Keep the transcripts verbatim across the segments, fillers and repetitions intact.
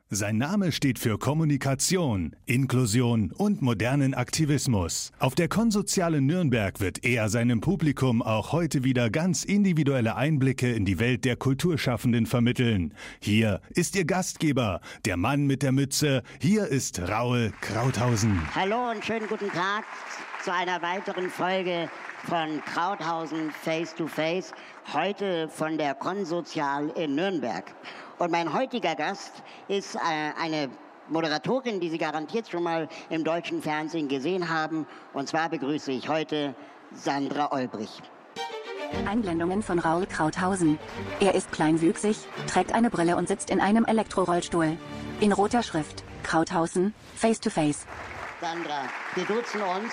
Sein Name steht für Kommunikation, Inklusion und modernen Aktivismus. Auf der Konsoziale Nürnberg wird er seinem Publikum auch heute wieder ganz individuelle Einblicke in die Welt der Kulturschaffenden vermitteln. Hier ist Ihr Gastgeber, der Mann mit der Mütze. Hier ist Raul Krauthausen. Hallo und schönen guten Tag zu einer weiteren Folge von Krauthausen Face to Face. Heute von der Konsozial in Nürnberg. Und mein heutiger Gast ist äh, eine Moderatorin, die Sie garantiert schon mal im deutschen Fernsehen gesehen haben. Und zwar begrüße ich heute Sandra Olbrich. Einblendungen von Raul Krauthausen. Er ist kleinwüchsig, trägt eine Brille und sitzt in einem Elektrorollstuhl. In roter Schrift, Krauthausen, Face to Face. Sandra, wir duzen uns.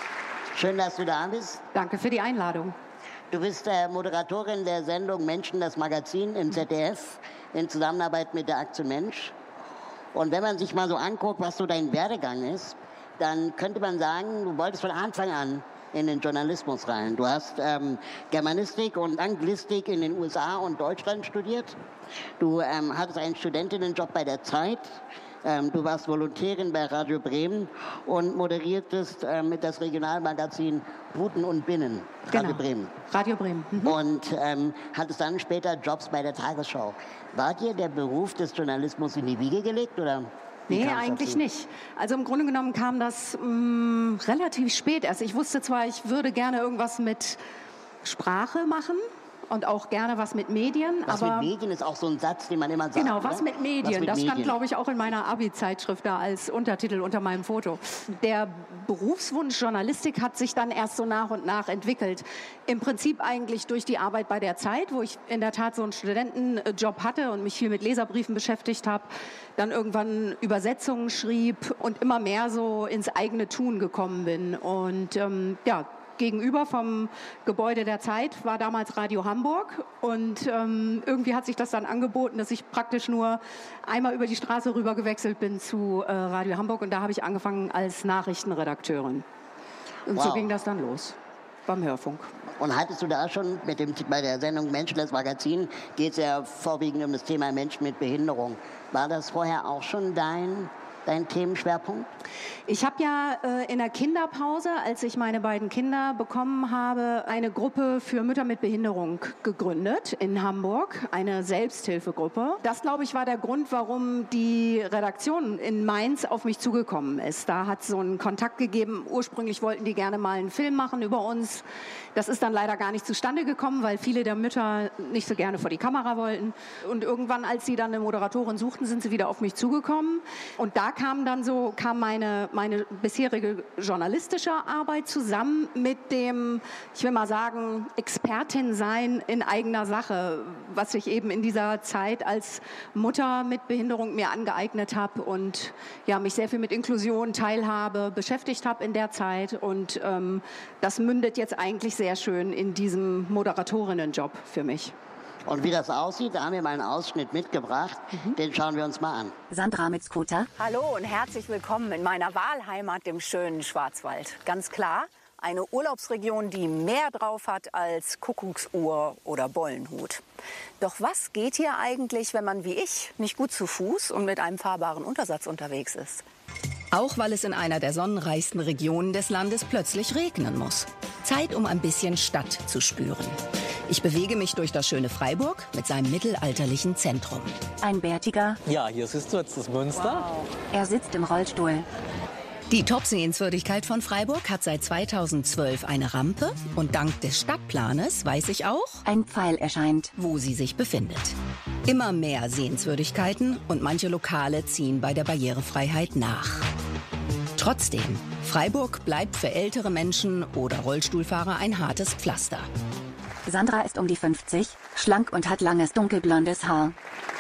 Schön, dass du da bist. Danke für die Einladung. Du bist äh, Moderatorin der Sendung Menschen, das Magazin im Z D F in Zusammenarbeit mit der Aktion Mensch. Und wenn man sich mal so anguckt, was so dein Werdegang ist, dann könnte man sagen, du wolltest von Anfang an in den Journalismus rein. Du hast ähm, Germanistik und Anglistik in den U S A und Deutschland studiert. Du ähm, hattest einen Studentinnenjob bei der Zeit. Ähm, du warst Volontärin bei Radio Bremen und moderiertest ähm, mit das Regionalmagazin Buten und Binnen. Radio Genau. Bremen. Radio Bremen. Mhm. Und ähm, hattest dann später Jobs bei der Tagesschau. War dir der Beruf des Journalismus in die Wiege gelegt, oder? Wie Nee, kam's eigentlich dazu? nicht. Also im Grunde genommen kam das mh, relativ spät erst. Ich wusste zwar, ich würde gerne irgendwas mit Sprache machen und auch gerne was mit Medien. Was aber mit Medien ist auch so ein Satz, den man immer sagt. Genau, was oder? mit Medien. Was mit das stand, Medien. glaube ich, auch in meiner Abi-Zeitschrift da als Untertitel unter meinem Foto. Der Berufswunsch Journalistik hat sich dann erst so nach und nach entwickelt. Im Prinzip eigentlich durch die Arbeit bei der Zeit, wo ich in der Tat so einen Studentenjob hatte und mich viel mit Leserbriefen beschäftigt habe, dann irgendwann Übersetzungen schrieb und immer mehr so ins eigene Tun gekommen bin. Und ähm, ja, gegenüber vom Gebäude der Zeit war damals Radio Hamburg und ähm, irgendwie hat sich das dann angeboten, dass ich praktisch nur einmal über die Straße rüber gewechselt bin zu äh, Radio Hamburg und da habe ich angefangen als Nachrichtenredakteurin. Und Wow. so ging das dann los beim Hörfunk. Und hattest du da schon mit dem, bei der Sendung Menschen, das Magazin, geht es ja vorwiegend um das Thema Menschen mit Behinderung. War das vorher auch schon dein, dein Themenschwerpunkt? Ich habe ja äh, in der Kinderpause, als ich meine beiden Kinder bekommen habe, eine Gruppe für Mütter mit Behinderung gegründet in Hamburg, eine Selbsthilfegruppe. Das, glaube ich, war der Grund, warum die Redaktion in Mainz auf mich zugekommen ist. Da hat es so einen Kontakt gegeben. Ursprünglich wollten die gerne mal einen Film machen über uns. Das ist dann leider gar nicht zustande gekommen, weil viele der Mütter nicht so gerne vor die Kamera wollten. Und irgendwann, als sie dann eine Moderatorin suchten, sind sie wieder auf mich zugekommen. Und da kam dann so, kam meine, meine bisherige journalistische Arbeit zusammen mit dem, ich will mal sagen, Expertin sein in eigener Sache, was ich eben in dieser Zeit als Mutter mit Behinderung mir angeeignet habe und ja, mich sehr viel mit Inklusion, Teilhabe beschäftigt habe in der Zeit. Und ähm, das mündet jetzt eigentlich sehr schön in diesem Moderatorinnenjob für mich. Und wie das aussieht, da haben wir mal einen Ausschnitt mitgebracht. Mhm. Den schauen wir uns mal an. Sandra mit Scooter. Hallo und herzlich willkommen in meiner Wahlheimat, dem schönen Schwarzwald. Ganz klar, eine Urlaubsregion, die mehr drauf hat als Kuckucksuhr oder Bollenhut. Doch was geht hier eigentlich, wenn man wie ich nicht gut zu Fuß und mit einem fahrbaren Untersatz unterwegs ist? Auch weil es in einer der sonnenreichsten Regionen des Landes plötzlich regnen muss. Zeit, um ein bisschen Stadt zu spüren. Ich bewege mich durch das schöne Freiburg mit seinem mittelalterlichen Zentrum. Ein Bärtiger. Ja, hier siehst du jetzt das Münster. Er sitzt im Rollstuhl. Die Top-Sehenswürdigkeit von Freiburg hat seit zweitausendzwölf eine Rampe und dank des Stadtplanes weiß ich auch, Ein Pfeil erscheint. wo sie sich befindet. Immer mehr Sehenswürdigkeiten und manche Lokale ziehen bei der Barrierefreiheit nach. Trotzdem, Freiburg bleibt für ältere Menschen oder Rollstuhlfahrer ein hartes Pflaster. Sandra ist um die fünfzig, schlank und hat langes dunkelblondes Haar.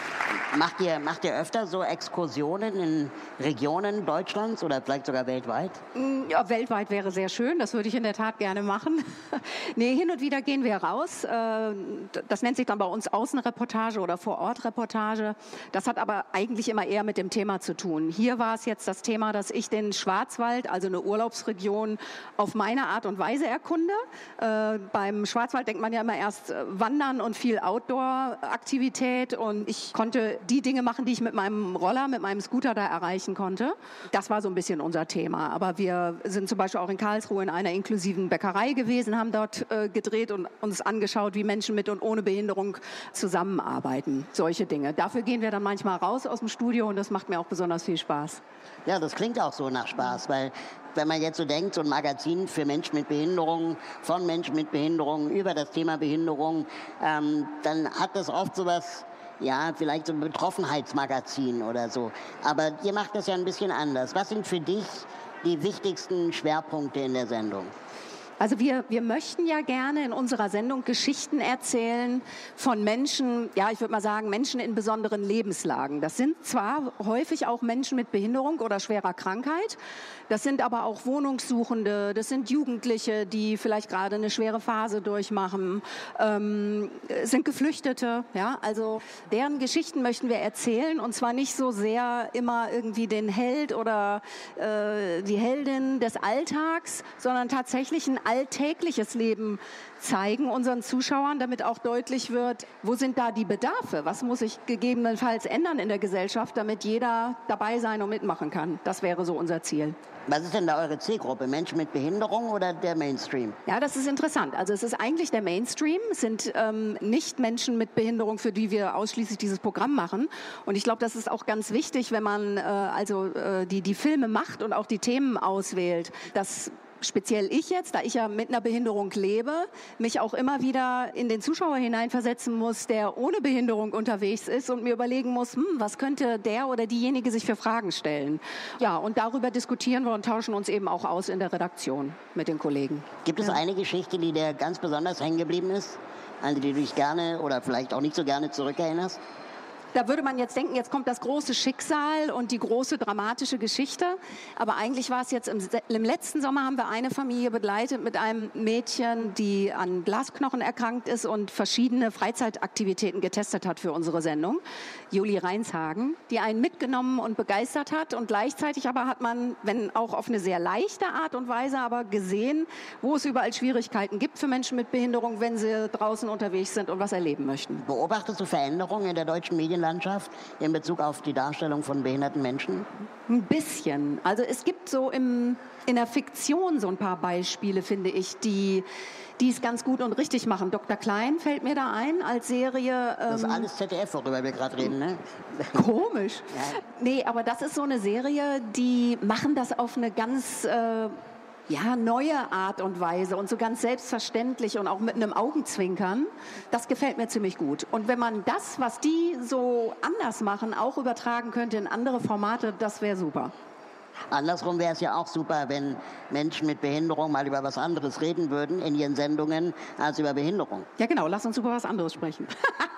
Macht ihr, macht ihr öfter so Exkursionen in Regionen Deutschlands oder vielleicht sogar weltweit? Ja, weltweit wäre sehr schön, das würde ich in der Tat gerne machen. Nee, hin und wieder gehen wir raus. Äh, Das nennt sich dann bei uns Außenreportage oder Vorortreportage. Das hat aber eigentlich immer eher mit dem Thema zu tun. Hier war es jetzt das Thema, dass ich den Schwarzwald, also eine Urlaubsregion, auf meine Art und Weise erkunde. Äh, Beim Schwarzwald denkt man ja immer erst äh, Wandern und viel Outdoor-Aktivität und ich konnte die Dinge machen, die ich mit meinem Roller, mit meinem Scooter da erreichen konnte. Das war so ein bisschen unser Thema. Aber wir sind zum Beispiel auch in Karlsruhe in einer inklusiven Bäckerei gewesen, haben dort äh, gedreht und uns angeschaut, wie Menschen mit und ohne Behinderung zusammenarbeiten. Solche Dinge. Dafür gehen wir dann manchmal raus aus dem Studio und das macht mir auch besonders viel Spaß. Ja, das klingt auch so nach Spaß, weil wenn man jetzt so denkt, so ein Magazin für Menschen mit Behinderung, von Menschen mit Behinderung, über das Thema Behinderung, ähm, dann hat das oft sowas, ja, vielleicht so ein Betroffenheitsmagazin oder so. Aber ihr macht das ja ein bisschen anders. Was sind für dich die wichtigsten Schwerpunkte in der Sendung? Also wir, wir möchten ja gerne in unserer Sendung Geschichten erzählen von Menschen, ja, ich würde mal sagen, Menschen in besonderen Lebenslagen. Das sind zwar häufig auch Menschen mit Behinderung oder schwerer Krankheit, das sind aber auch Wohnungssuchende, das sind Jugendliche, die vielleicht gerade eine schwere Phase durchmachen, ähm, sind Geflüchtete, ja, also deren Geschichten möchten wir erzählen und zwar nicht so sehr immer irgendwie den Held oder äh, die Heldin des Alltags, sondern tatsächlich ein alltägliches Leben zeigen unseren Zuschauern, damit auch deutlich wird, wo sind da die Bedarfe, was muss sich gegebenenfalls ändern in der Gesellschaft, damit jeder dabei sein und mitmachen kann. Das wäre so unser Ziel. Was ist denn da eure Zielgruppe? Menschen mit Behinderung oder der Mainstream? Ja, das ist interessant. Also es ist eigentlich der Mainstream. Es sind ähm, nicht Menschen mit Behinderung, für die wir ausschließlich dieses Programm machen. Und ich glaube, das ist auch ganz wichtig, wenn man äh, also äh, die, die Filme macht und auch die Themen auswählt, dass speziell ich jetzt, da ich ja mit einer Behinderung lebe, mich auch immer wieder in den Zuschauer hineinversetzen muss, der ohne Behinderung unterwegs ist und mir überlegen muss, hm, was könnte der oder diejenige sich für Fragen stellen. Ja, und darüber diskutieren wir und tauschen uns eben auch aus in der Redaktion mit den Kollegen. Gibt es ja. eine Geschichte, die dir ganz besonders hängen geblieben ist, an die du dich gerne oder vielleicht auch nicht so gerne zurückerinnerst? Da würde man jetzt denken, jetzt kommt das große Schicksal und die große dramatische Geschichte. Aber eigentlich war es jetzt im, im letzten Sommer haben wir eine Familie begleitet mit einem Mädchen, die an Glasknochen erkrankt ist und verschiedene Freizeitaktivitäten getestet hat für unsere Sendung. Julie Reinshagen, die einen mitgenommen und begeistert hat. Und gleichzeitig aber hat man, wenn auch auf eine sehr leichte Art und Weise, aber gesehen, wo es überall Schwierigkeiten gibt für Menschen mit Behinderung, wenn sie draußen unterwegs sind und was erleben möchten. Beobachtest du Veränderungen in der deutschen Medienlandschaft in Bezug auf die Darstellung von behinderten Menschen? Ein bisschen. Also es gibt so im, in der Fiktion so ein paar Beispiele, finde ich, die die es ganz gut und richtig machen. Doktor Klein fällt mir da ein als Serie. Ähm, das ist alles Z D F, worüber wir gerade reden, ne? Komisch. Ja. Nee, aber das ist so eine Serie, die machen das auf eine ganz äh, ja, neue Art und Weise und so ganz selbstverständlich und auch mit einem Augenzwinkern. Das gefällt mir ziemlich gut. Und wenn man das, was die so anders machen, auch übertragen könnte in andere Formate, das wäre super. Andersrum wäre es ja auch super, wenn Menschen mit Behinderung mal über was anderes reden würden in ihren Sendungen als über Behinderung. Ja genau, lass uns über was anderes sprechen.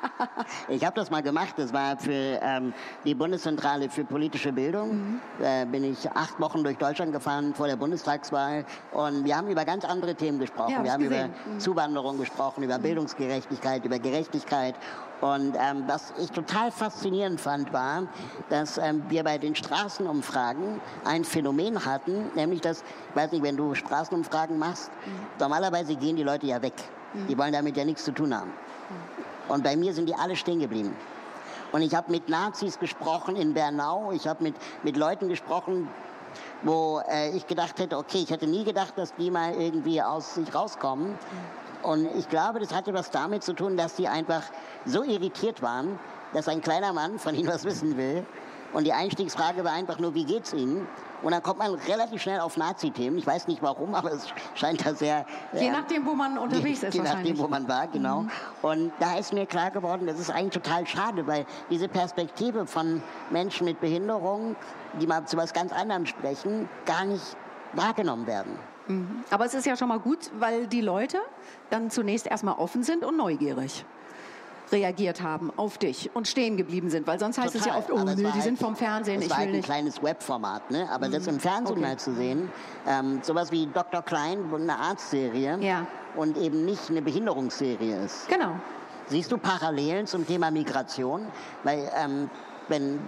Ich habe das mal gemacht, das war für ähm, die Bundeszentrale für politische Bildung. Mhm. Da bin ich acht Wochen durch Deutschland gefahren vor der Bundestagswahl und wir haben über ganz andere Themen gesprochen. Ja, wir haben gesehen. über mhm. Zuwanderung gesprochen, über mhm. Bildungsgerechtigkeit, über Gerechtigkeit. Und ähm, was ich total faszinierend fand, war, dass ähm, wir bei den Straßenumfragen ein Phänomen hatten, nämlich dass, ich weiß nicht, wenn du Straßenumfragen machst, mhm. normalerweise gehen die Leute ja weg. Mhm. Die wollen damit ja nichts zu tun haben. Mhm. Und bei mir sind die alle stehen geblieben. Und ich habe mit Nazis gesprochen in Bernau, ich habe mit, mit Leuten gesprochen, wo äh, ich gedacht hätte, okay, ich hätte nie gedacht, dass die mal irgendwie aus sich rauskommen. Mhm. Und ich glaube, das hatte was damit zu tun, dass die einfach so irritiert waren, dass ein kleiner Mann von ihnen was wissen will. Und die Einstiegsfrage war einfach nur, wie geht's Ihnen? Und dann kommt man relativ schnell auf Nazi-Themen. Ich weiß nicht warum, aber es scheint da sehr... Je äh, nachdem, wo man unterwegs je, ist Je wahrscheinlich. nachdem, wo man war, genau. Mhm. Und da ist mir klar geworden, das ist eigentlich total schade, weil diese Perspektive von Menschen mit Behinderung, die mal zu was ganz anderem sprechen, gar nicht wahrgenommen werden. Mhm. Aber es ist ja schon mal gut, weil die Leute dann zunächst erstmal offen sind und neugierig reagiert haben auf dich und stehen geblieben sind, weil sonst heißt Total. es ja oft, oh nee, die halt, sind vom Fernsehen, ich will halt nicht. Es war ein kleines Webformat, ne? Aber mhm. das im Fernsehen okay. mal zu sehen, ähm, sowas wie Doktor Klein, eine Arztserie ja. und eben nicht eine Behinderungsserie ist. Genau. Siehst du Parallelen zum Thema Migration? Weil ähm, wenn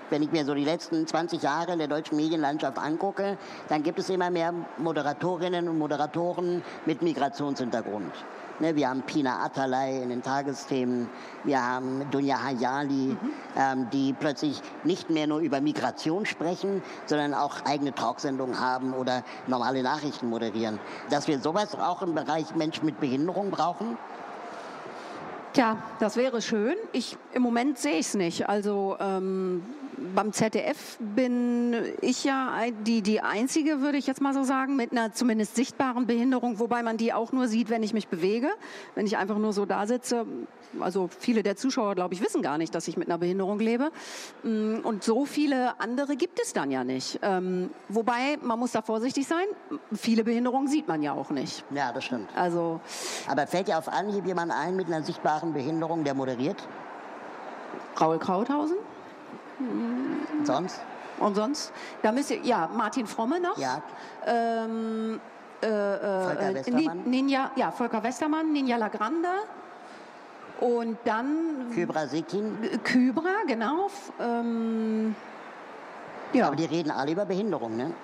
wenn ich mir so die letzten zwanzig Jahre in der deutschen Medienlandschaft angucke, dann gibt es immer mehr Moderatorinnen und Moderatoren mit Migrationshintergrund. Ne, wir haben Pina Atalay in den Tagesthemen, wir haben Dunja Hayali, mhm. ähm, die plötzlich nicht mehr nur über Migration sprechen, sondern auch eigene Talksendungen haben oder normale Nachrichten moderieren. Dass wir sowas auch im Bereich Menschen mit Behinderung brauchen? Tja, das wäre schön. Ich, im Moment sehe ich es nicht. Also ähm, beim Z D F bin ich ja die, die Einzige, würde ich jetzt mal so sagen, mit einer zumindest sichtbaren Behinderung, wobei man die auch nur sieht, wenn ich mich bewege. Wenn ich einfach nur so da sitze, also viele der Zuschauer, glaube ich, wissen gar nicht, dass ich mit einer Behinderung lebe. Und so viele andere gibt es dann ja nicht. Ähm, wobei, man muss da vorsichtig sein, viele Behinderungen sieht man ja auch nicht. Ja, das stimmt. Also, aber fällt dir auf Anhieb jemand ein mit einer sichtbaren Behinderung, der moderiert? Raul Krauthausen. Und sonst? Und sonst? Da müsst ihr, ja, Martin Fromme noch. Ja. Ähm, äh, Volker äh, Westermann. Ninja, ja, Volker Westermann, Ninja Lagrande. Und dann... Kybra Sekin. Kybra, genau. Ähm, ja. Aber die reden alle über Behinderung, ne?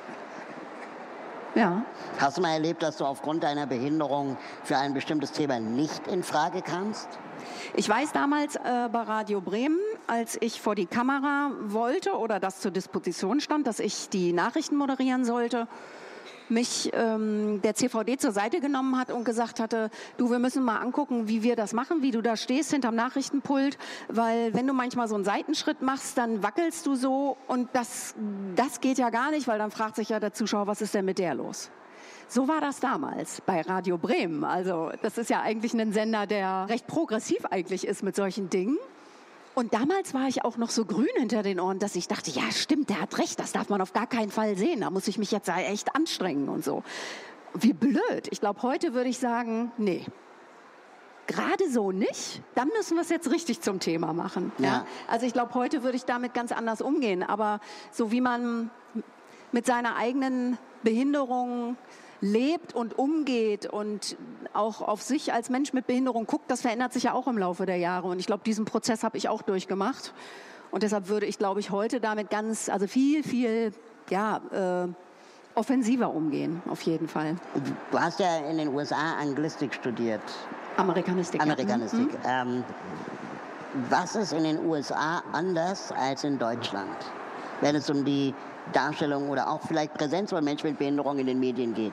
Ja. Hast du mal erlebt, dass du aufgrund deiner Behinderung für ein bestimmtes Thema nicht in Frage kamst? Ich weiß damals äh, bei Radio Bremen, als ich vor die Kamera wollte oder das zur Disposition stand, dass ich die Nachrichten moderieren sollte, mich ähm, der C V D zur Seite genommen hat und gesagt hatte, du, wir müssen mal angucken, wie wir das machen, wie du da stehst hinterm Nachrichtenpult, weil wenn du manchmal so einen Seitenschritt machst, dann wackelst du so und das, das geht ja gar nicht, weil dann fragt sich ja der Zuschauer, was ist denn mit der los? So war das damals bei Radio Bremen. Also das ist ja eigentlich ein Sender, der recht progressiv eigentlich ist mit solchen Dingen. Und damals war ich auch noch so grün hinter den Ohren, dass ich dachte, ja stimmt, der hat recht, das darf man auf gar keinen Fall sehen. Da muss ich mich jetzt echt anstrengen und so. Wie blöd. Ich glaube, heute würde ich sagen, nee, gerade so nicht. Dann müssen wir es jetzt richtig zum Thema machen. Ja. Ja? Also ich glaube, heute würde ich damit ganz anders umgehen. Aber so wie man mit seiner eigenen Behinderung lebt und umgeht und auch auf sich als Mensch mit Behinderung guckt, das verändert sich ja auch im Laufe der Jahre. Und ich glaube, diesen Prozess habe ich auch durchgemacht. Und deshalb würde ich, glaube ich, heute damit ganz, also viel, viel, ja, äh, offensiver umgehen, auf jeden Fall. Du hast ja in den U S A Anglistik studiert. Amerikanistik. Amerikanistik. Ja. Mhm. Ähm, was ist in den U S A anders als in Deutschland, wenn es um die Darstellung oder auch vielleicht Präsenz von Menschen mit Behinderung in den Medien geht?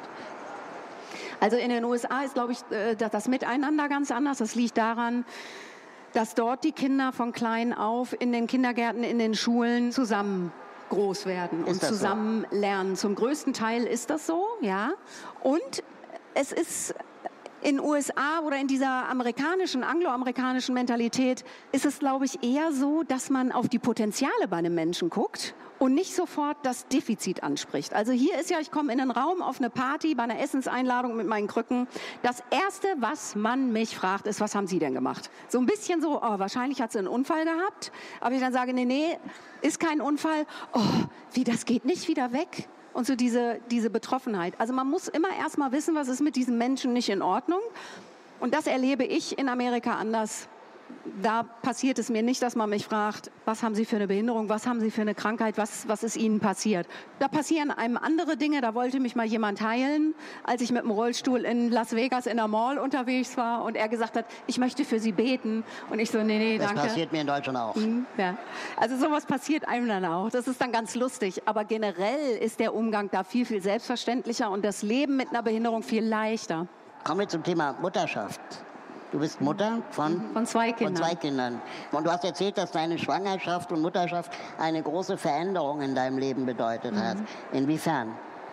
Also in den U S A ist, glaube ich, das Miteinander ganz anders. Das liegt daran, dass dort die Kinder von klein auf in den Kindergärten, in den Schulen zusammen groß werden und zusammen so? lernen. Zum größten Teil ist das so, ja. Und es ist in den U S A oder in dieser amerikanischen, angloamerikanischen Mentalität ist es, glaube ich, eher so, dass man auf die Potenziale bei einem Menschen guckt und nicht sofort das Defizit anspricht. Also hier ist ja, ich komme in einen Raum auf eine Party, bei einer Essenseinladung mit meinen Krücken. Das Erste, was man mich fragt, ist, was haben Sie denn gemacht? So ein bisschen so, oh, wahrscheinlich hat sie einen Unfall gehabt. Aber ich dann sage, nee, nee, ist kein Unfall. Oh, wie, das geht nicht wieder weg? Und so diese, diese Betroffenheit. Also man muss immer erst mal wissen, was ist mit diesem Menschen nicht in Ordnung. Und das erlebe ich in Amerika anders. Da passiert es mir nicht, dass man mich fragt, was haben Sie für eine Behinderung, was haben Sie für eine Krankheit, was, was ist Ihnen passiert. Da passieren einem andere Dinge, da wollte mich mal jemand heilen, als ich mit dem Rollstuhl in Las Vegas in der Mall unterwegs war und er gesagt hat, ich möchte für Sie beten. Und ich so, nee, nee, danke. Das passiert mir in Deutschland auch. Mhm, ja. Also sowas passiert einem dann auch. Das ist dann ganz lustig. Aber generell ist der Umgang da viel, viel selbstverständlicher und das Leben mit einer Behinderung viel leichter. Kommen wir zum Thema Mutterschaft. Du bist Mutter von, von, zwei Kindern. von zwei Kindern. Und du hast erzählt, dass deine Schwangerschaft und Mutterschaft eine große Veränderung in deinem Leben bedeutet mhm. hat. Inwiefern?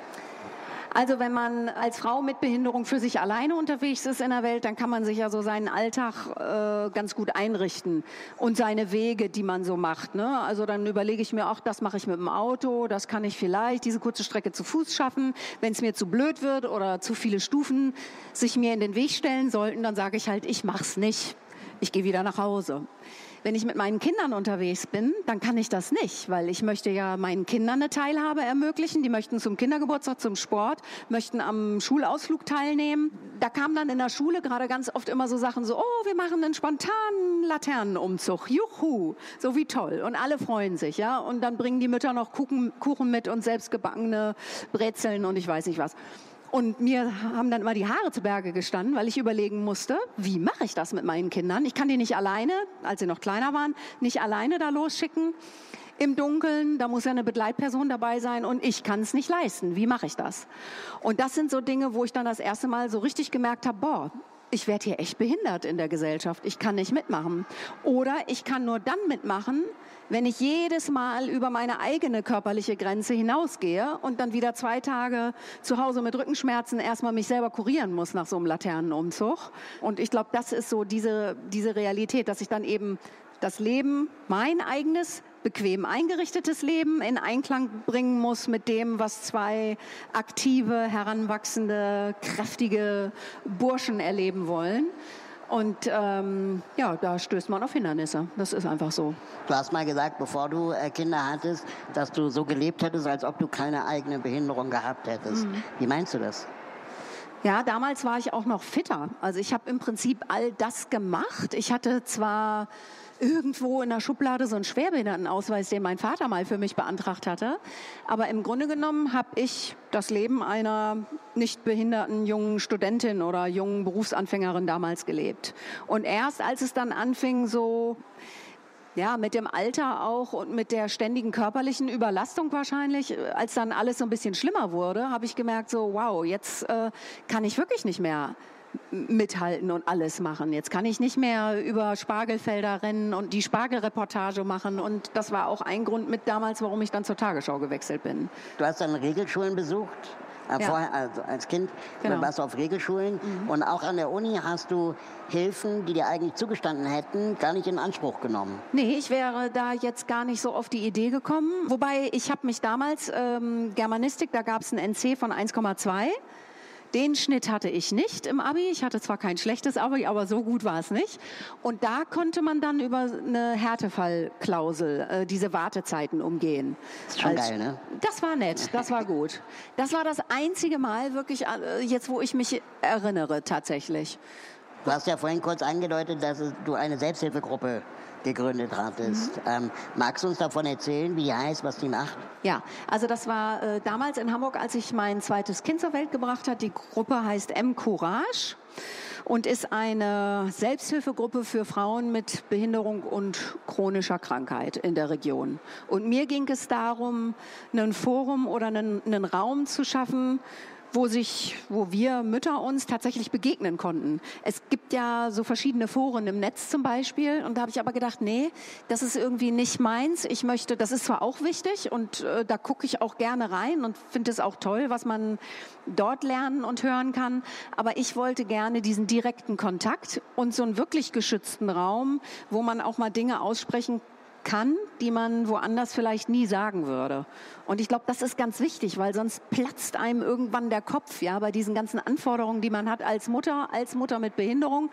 Also wenn man als Frau mit Behinderung für sich alleine unterwegs ist in der Welt, dann kann man sich ja so seinen Alltag äh, ganz gut einrichten und seine Wege, die man so macht. Ne? Also dann überlege ich mir, ach, das mache ich mit dem Auto, das kann ich vielleicht diese kurze Strecke zu Fuß schaffen. Wenn es mir zu blöd wird oder zu viele Stufen sich mir in den Weg stellen sollten, dann sage ich halt, ich mach's nicht. Ich gehe wieder nach Hause. Wenn ich mit meinen Kindern unterwegs bin, dann kann ich das nicht, weil ich möchte ja meinen Kindern eine Teilhabe ermöglichen. Die möchten zum Kindergeburtstag, zum Sport, möchten am Schulausflug teilnehmen. Da kamen dann in der Schule gerade ganz oft immer so Sachen so, oh, wir machen einen spontanen ein Laternenumzug. Juhu, so wie toll. Und alle freuen sich, ja. Und dann bringen die Mütter noch Kuchen, Kuchen mit und selbstgebackene Brezeln und ich weiß nicht was. Und mir haben dann immer die Haare zu Berge gestanden, weil ich überlegen musste, wie mache ich das mit meinen Kindern? Ich kann die nicht alleine, als sie noch kleiner waren, nicht alleine da losschicken im Dunkeln. Da muss ja eine Begleitperson dabei sein und ich kann es nicht leisten. Wie mache ich das? Und das sind so Dinge, wo ich dann das erste Mal so richtig gemerkt habe, boah, ich werde hier echt behindert in der Gesellschaft. Ich kann nicht mitmachen. Oder ich kann nur dann mitmachen, wenn ich jedes Mal über meine eigene körperliche Grenze hinausgehe und dann wieder zwei Tage zu Hause mit Rückenschmerzen erstmal mich selber kurieren muss nach so einem Laternenumzug. Und ich glaube, das ist so diese, diese Realität, dass ich dann eben das Leben, mein eigenes, bequem eingerichtetes Leben in Einklang bringen muss mit dem, was zwei aktive, heranwachsende, kräftige Burschen erleben wollen. Und ähm, ja, da stößt man auf Hindernisse. Das ist einfach so. Du hast mal gesagt, bevor du äh, Kinder hattest, dass du so gelebt hättest, als ob du keine eigene Behinderung gehabt hättest. Mhm. Wie meinst du das? Ja, damals war ich auch noch fitter. Also ich habe im Prinzip all das gemacht. Ich hatte zwar irgendwo in der Schublade so einen Schwerbehindertenausweis, den mein Vater mal für mich beantragt hatte. Aber im Grunde genommen habe ich das Leben einer nicht behinderten jungen Studentin oder jungen Berufsanfängerin damals gelebt. Und erst als es dann anfing, so ja, mit dem Alter auch und mit der ständigen körperlichen Überlastung wahrscheinlich, als dann alles so ein bisschen schlimmer wurde, habe ich gemerkt, so wow, jetzt äh, kann ich wirklich nicht mehr mithalten und alles machen. Jetzt kann ich nicht mehr über Spargelfelder rennen und die Spargelreportage machen. Und das war auch ein Grund mit damals, warum ich dann zur Tagesschau gewechselt bin. Du hast dann Regelschulen besucht? Äh, ja. Vorher, also als Kind genau. warst du auf Regelschulen. Mhm. Und auch an der Uni hast du Hilfen, die dir eigentlich zugestanden hätten, gar nicht in Anspruch genommen. Nee, ich wäre da jetzt gar nicht so auf die Idee gekommen. Wobei, ich habe mich damals, ähm, Germanistik, da gab es ein N C von eins Komma zwei. Den Schnitt hatte ich nicht im Abi. Ich hatte zwar kein schlechtes Abi, aber so gut war es nicht. Und da konnte man dann über eine Härtefallklausel äh, diese Wartezeiten umgehen. Das ist schon Als, geil, ne? Das war nett, das war gut. Das war das einzige Mal wirklich, äh, jetzt wo ich mich erinnere tatsächlich. Du hast ja vorhin kurz angedeutet, dass du eine Selbsthilfegruppe gegründet hattest. Mhm. Ähm, magst du uns davon erzählen, wie die heißt, was die macht? Ja, also das war äh, damals in Hamburg, als ich mein zweites Kind zur Welt gebracht habe. Die Gruppe heißt M-Courage und ist eine Selbsthilfegruppe für Frauen mit Behinderung und chronischer Krankheit in der Region. Und mir ging es darum, ein Forum oder einen, einen Raum zu schaffen, wo sich, wo wir Mütter uns tatsächlich begegnen konnten. Es gibt ja so verschiedene Foren im Netz zum Beispiel und da habe ich aber gedacht, nee, das ist irgendwie nicht meins. Ich möchte, das ist zwar auch wichtig und äh, da gucke ich auch gerne rein und finde es auch toll, was man dort lernen und hören kann, aber ich wollte gerne diesen direkten Kontakt und so einen wirklich geschützten Raum, wo man auch mal Dinge aussprechen kann, die man woanders vielleicht nie sagen würde. Und ich glaube, das ist ganz wichtig, weil sonst platzt einem irgendwann der Kopf, ja, bei diesen ganzen Anforderungen, die man hat als Mutter, als Mutter mit Behinderung,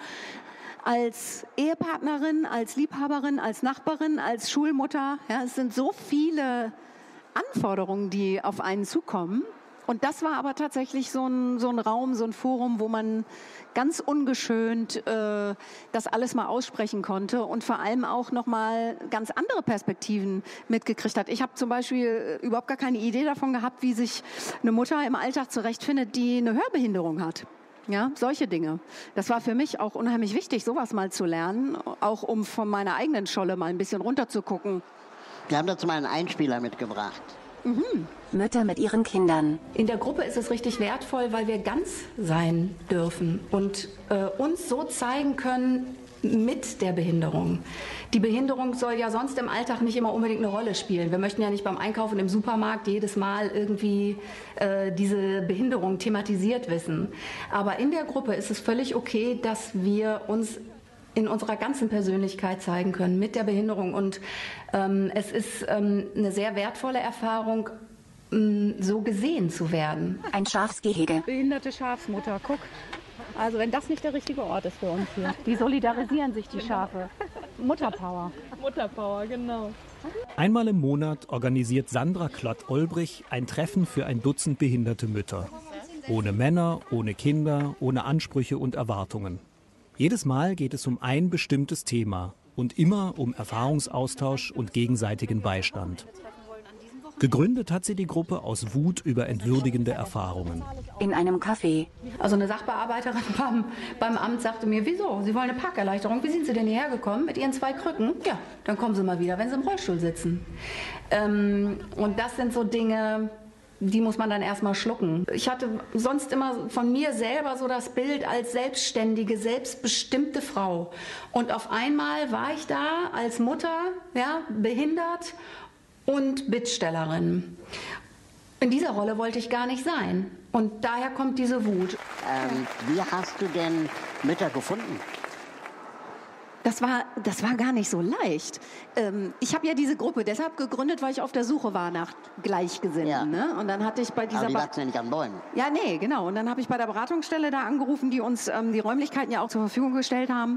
als Ehepartnerin, als Liebhaberin, als Nachbarin, als Schulmutter. Ja, es sind so viele Anforderungen, die auf einen zukommen. Und das war aber tatsächlich so ein, so ein Raum, so ein Forum, wo man ganz ungeschönt äh, das alles mal aussprechen konnte und vor allem auch nochmal ganz andere Perspektiven mitgekriegt hat. Ich habe zum Beispiel überhaupt gar keine Idee davon gehabt, wie sich eine Mutter im Alltag zurechtfindet, die eine Hörbehinderung hat. Ja, solche Dinge. Das war für mich auch unheimlich wichtig, sowas mal zu lernen, auch um von meiner eigenen Scholle mal ein bisschen runterzugucken. Wir haben dazu mal einen Einspieler mitgebracht. Mhm. Mütter mit ihren Kindern. In der Gruppe ist es richtig wertvoll, weil wir ganz sein dürfen und äh, uns so zeigen können mit der Behinderung. Die Behinderung soll ja sonst im Alltag nicht immer unbedingt eine Rolle spielen. Wir möchten ja nicht beim Einkaufen im Supermarkt jedes Mal irgendwie äh, diese Behinderung thematisiert wissen. Aber in der Gruppe ist es völlig okay, dass wir uns in unserer ganzen Persönlichkeit zeigen können mit der Behinderung. Und ähm, es ist ähm, eine sehr wertvolle Erfahrung, ähm, so gesehen zu werden. Ein Schafsgehege. Behinderte Schafsmutter, guck. Also wenn das nicht der richtige Ort ist für uns hier. Die solidarisieren sich, die Schafe. Mutterpower. Mutterpower, genau. Einmal im Monat organisiert Sandra Klott-Olbrich ein Treffen für ein Dutzend behinderte Mütter. Ohne Männer, ohne Kinder, ohne Ansprüche und Erwartungen. Jedes Mal geht es um ein bestimmtes Thema. und immer um Erfahrungsaustausch und gegenseitigen Beistand. Gegründet hat sie die Gruppe aus Wut über entwürdigende Erfahrungen. In einem Café. Also eine Sachbearbeiterin beim, beim Amt sagte mir, wieso? Sie wollen eine Parkerleichterung. Wie sind Sie denn hierher gekommen? Mit Ihren zwei Krücken? Ja, dann kommen Sie mal wieder, wenn Sie im Rollstuhl sitzen. Ähm, und das sind so Dinge, die muss man dann erstmal schlucken. Ich hatte sonst immer von mir selber so das Bild als selbstständige, selbstbestimmte Frau. Und auf einmal war ich da als Mutter, ja, behindert und Bittstellerin. In dieser Rolle wollte ich gar nicht sein. Und daher kommt diese Wut. Ähm, wie hast du denn Mütter gefunden? Das war, das war gar nicht so leicht. Ähm, ich habe ja diese Gruppe deshalb gegründet, weil ich auf der Suche war nach Gleichgesinnten. Ja. Ne? Und dann hatte ich bei dieser... Aber die wachsen ja nicht an Bäumen. Ja, nee, genau. Und dann habe ich bei der Beratungsstelle da angerufen, die uns ähm, die Räumlichkeiten ja auch zur Verfügung gestellt haben.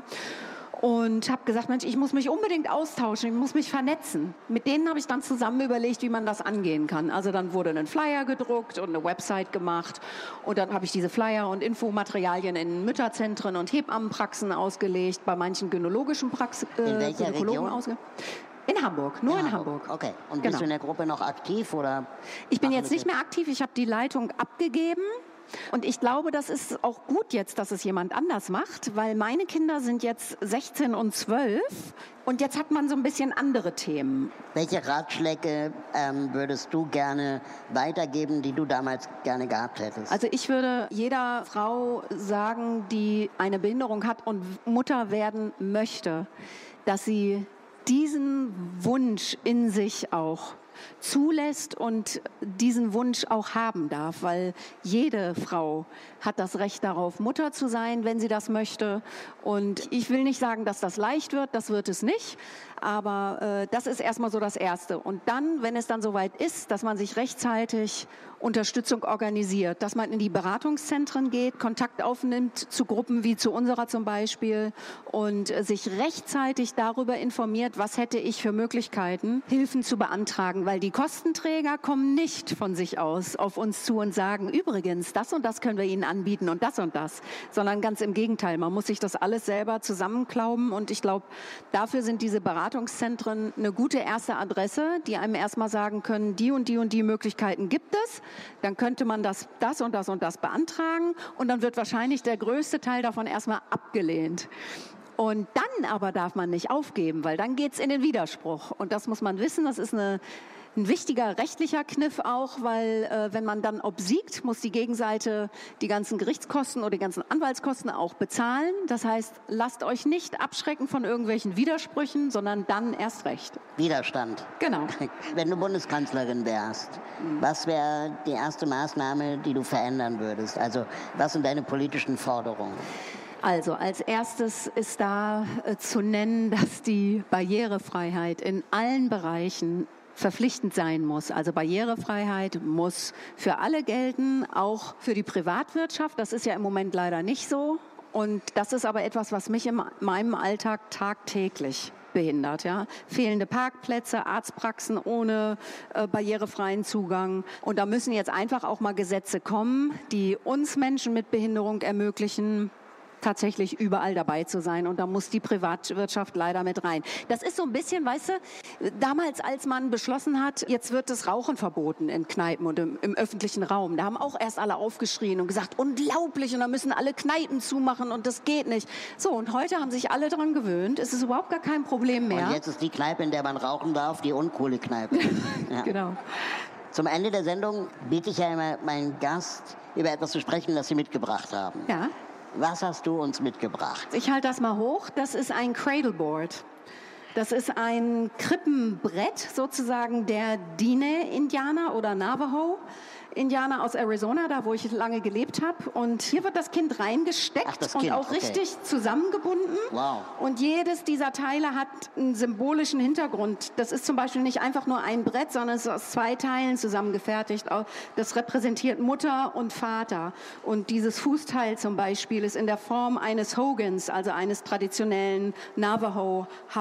Und habe gesagt, Mensch, ich muss mich unbedingt austauschen, ich muss mich vernetzen. Mit denen habe ich dann zusammen überlegt, wie man das angehen kann. Also dann wurde ein Flyer gedruckt und eine Website gemacht. Und dann habe ich diese Flyer und Infomaterialien in Mütterzentren und Hebammenpraxen ausgelegt, bei manchen gynäkologischen Praxen. Äh, in welcher Region? Ausge in Hamburg, nur in, in Hamburg. Hamburg. Okay. Und genau. Bist du in der Gruppe noch aktiv? Oder ich bin jetzt nicht mehr aktiv, ich habe die Leitung abgegeben. Und ich glaube, das ist auch gut jetzt, dass es jemand anders macht, weil meine Kinder sind jetzt sechzehn und zwölf und jetzt hat man so ein bisschen andere Themen. Welche Ratschläge ähm, würdest du gerne weitergeben, die du damals gerne gehabt hättest? Also ich würde jeder Frau sagen, die eine Behinderung hat und Mutter werden möchte, dass sie diesen Wunsch in sich auch zulässt und diesen Wunsch auch haben darf, weil jede Frau hat das Recht darauf, Mutter zu sein, wenn sie das möchte. Und ich will nicht sagen, dass das leicht wird, das wird es nicht, aber äh, das ist erstmal so das Erste. Und dann, wenn es dann soweit ist, dass man sich rechtzeitig Unterstützung organisiert, dass man in die Beratungszentren geht, Kontakt aufnimmt zu Gruppen wie zu unserer zum Beispiel und äh, sich rechtzeitig darüber informiert, was hätte ich für Möglichkeiten, Hilfen zu beantragen, weil die Kostenträger kommen nicht von sich aus auf uns zu und sagen, übrigens, das und das können wir Ihnen anbieten und das und das, sondern ganz im Gegenteil, man muss sich das alles selber zusammenklauben und ich glaube, dafür sind diese Beratungszentren eine gute erste Adresse, die einem erstmal sagen können, die und die und die Möglichkeiten gibt es, dann könnte man das, das und das und das beantragen und dann wird wahrscheinlich der größte Teil davon erstmal abgelehnt. Und dann aber darf man nicht aufgeben, weil dann geht's in den Widerspruch. Und das muss man wissen, das ist eine, ein wichtiger rechtlicher Kniff auch, weil äh, wenn man dann obsiegt, muss die Gegenseite die ganzen Gerichtskosten oder die ganzen Anwaltskosten auch bezahlen. Das heißt, lasst euch nicht abschrecken von irgendwelchen Widersprüchen, sondern dann erst recht. Widerstand. Genau. Wenn du Bundeskanzlerin wärst, was wäre die erste Maßnahme, die du verändern würdest? Also was sind deine politischen Forderungen? Also als erstes ist da äh, zu nennen, dass die Barrierefreiheit in allen Bereichen verpflichtend sein muss. Also Barrierefreiheit muss für alle gelten, auch für die Privatwirtschaft. Das ist ja im Moment leider nicht so. Und das ist aber etwas, was mich in meinem Alltag tagtäglich behindert. Ja? Fehlende Parkplätze, Arztpraxen ohne äh, barrierefreien Zugang. Und da müssen jetzt einfach auch mal Gesetze kommen, die uns Menschen mit Behinderung ermöglichen, tatsächlich überall dabei zu sein. Und da muss die Privatwirtschaft leider mit rein. Das ist so ein bisschen, weißt du, damals, als man beschlossen hat, jetzt wird das Rauchen verboten in Kneipen und im, im öffentlichen Raum. Da haben auch erst alle aufgeschrien und gesagt, unglaublich, und da müssen alle Kneipen zumachen und das geht nicht. So, und heute haben sich alle daran gewöhnt. Es ist überhaupt gar kein Problem mehr. Und jetzt ist die Kneipe, in der man rauchen darf, die uncoole Kneipe. Ja. Genau. Zum Ende der Sendung biete ich ja immer meinen Gast, über etwas zu sprechen, das sie mitgebracht haben. Ja. Was hast du uns mitgebracht? Ich halte das mal hoch. Das ist ein Cradleboard. Das ist ein Krippenbrett sozusagen der Diné-Indianer oder Navajo-Indianer aus Arizona, da wo ich lange gelebt habe. Und hier wird das Kind reingesteckt Ach, das kind. und auch okay. richtig zusammengebunden. Wow. Und jedes dieser Teile hat einen symbolischen Hintergrund. Das ist zum Beispiel nicht einfach nur ein Brett, sondern es ist aus zwei Teilen zusammengefertigt. Das repräsentiert Mutter und Vater. Und dieses Fußteil zum Beispiel ist in der Form eines Hogans, also eines traditionellen Navajo-Hauses,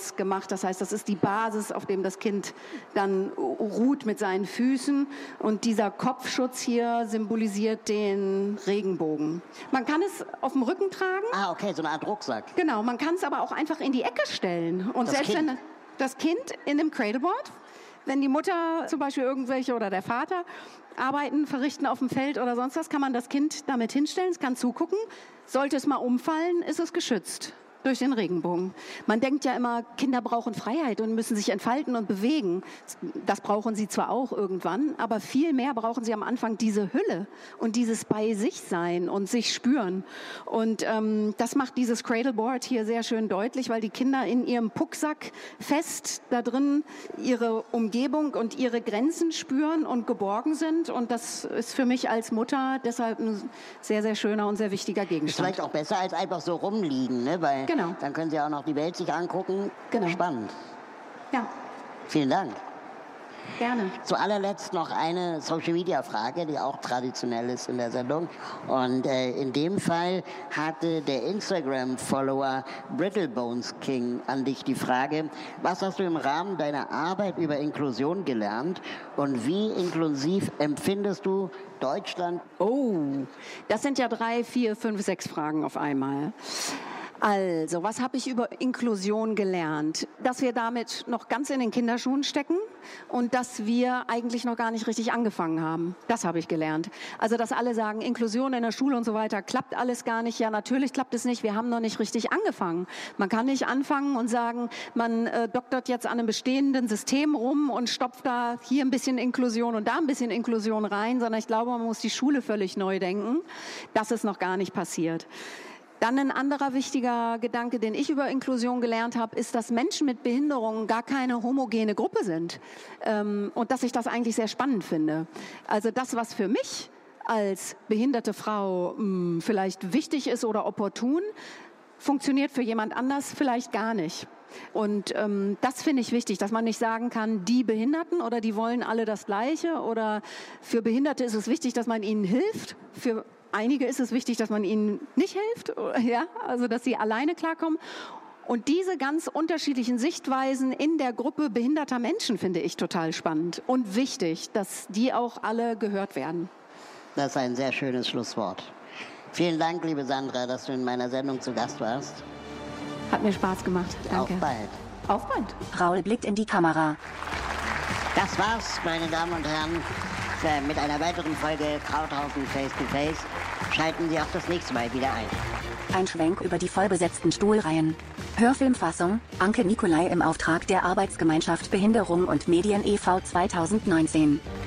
Balance gemacht. Das heißt, das ist die Basis, auf dem das Kind dann ruht mit seinen Füßen. Und dieser Kopfschutz hier symbolisiert den Regenbogen. Man kann es auf dem Rücken tragen. Ah, okay, so eine Art Rucksack. Genau, man kann es aber auch einfach in die Ecke stellen. Und Das selbst Kind. wenn das Kind in dem Cradleboard, wenn die Mutter zum Beispiel irgendwelche oder der Vater Arbeiten verrichten auf dem Feld oder sonst was, kann man das Kind damit hinstellen, es kann zugucken. Sollte es mal umfallen, ist es geschützt durch den Regenbogen. Man denkt ja immer, Kinder brauchen Freiheit und müssen sich entfalten und bewegen. Das brauchen sie zwar auch irgendwann, aber viel mehr brauchen sie am Anfang diese Hülle und dieses bei sich sein und sich spüren. Und ähm, das macht dieses Cradleboard hier sehr schön deutlich, weil die Kinder in ihrem Pucksack fest da drin ihre Umgebung und ihre Grenzen spüren und geborgen sind. Und das ist für mich als Mutter deshalb ein sehr, sehr schöner und sehr wichtiger Ist Gegenstand. vielleicht auch besser als einfach so rumliegen, ne? Weil Genau. dann können Sie auch noch die Welt sich angucken. Genau. Spannend. Ja, Vielen Dank. gerne. Zu allerletzt noch eine Social-Media-Frage, die auch traditionell ist in der Sendung. Und äh, in dem Fall hatte der Instagram-Follower Brittlebones King an dich die Frage, was hast du im Rahmen deiner Arbeit über Inklusion gelernt und wie inklusiv empfindest du Deutschland? Oh, das sind ja drei, vier, fünf, sechs Fragen auf einmal. Also, was habe ich über Inklusion gelernt? Dass wir damit noch ganz in den Kinderschuhen stecken und dass wir eigentlich noch gar nicht richtig angefangen haben. Das habe ich gelernt. Also, dass alle sagen, Inklusion in der Schule und so weiter, klappt alles gar nicht. Ja, natürlich klappt es nicht. Wir haben noch nicht richtig angefangen. Man kann nicht anfangen und sagen, man äh, doktert jetzt an einem bestehenden System rum und stopft da hier ein bisschen Inklusion und da ein bisschen Inklusion rein, sondern ich glaube, man muss die Schule völlig neu denken. Das ist noch gar nicht passiert. Dann ein anderer wichtiger Gedanke, den ich über Inklusion gelernt habe, ist, dass Menschen mit Behinderungen gar keine homogene Gruppe sind. Ähm, und dass ich das eigentlich sehr spannend finde. Also das, was für mich als behinderte Frau mh, vielleicht wichtig ist oder opportun, funktioniert für jemand anders vielleicht gar nicht. Und ähm, das finde ich wichtig, dass man nicht sagen kann, die Behinderten oder die wollen alle das Gleiche. Oder für Behinderte ist es wichtig, dass man ihnen hilft. Für einige ist es wichtig, dass man ihnen nicht hilft, ja, also dass sie alleine klarkommen. Und diese ganz unterschiedlichen Sichtweisen in der Gruppe behinderter Menschen finde ich total spannend und wichtig, dass die auch alle gehört werden. Das ist ein sehr schönes Schlusswort. Vielen Dank, liebe Sandra, dass du in meiner Sendung zu Gast warst. Hat mir Spaß gemacht. Danke. Auf bald. Auf bald. Raul blickt in die Kamera. Das war's, meine Damen und Herren, mit einer weiteren Folge Krauthausen Face to Face. Schalten Sie auch das nächste Mal wieder ein. Ein Schwenk über die vollbesetzten Stuhlreihen. Hörfilmfassung, Anke Nicolai im Auftrag der Arbeitsgemeinschaft Behinderung und Medien e V zweitausendneunzehn.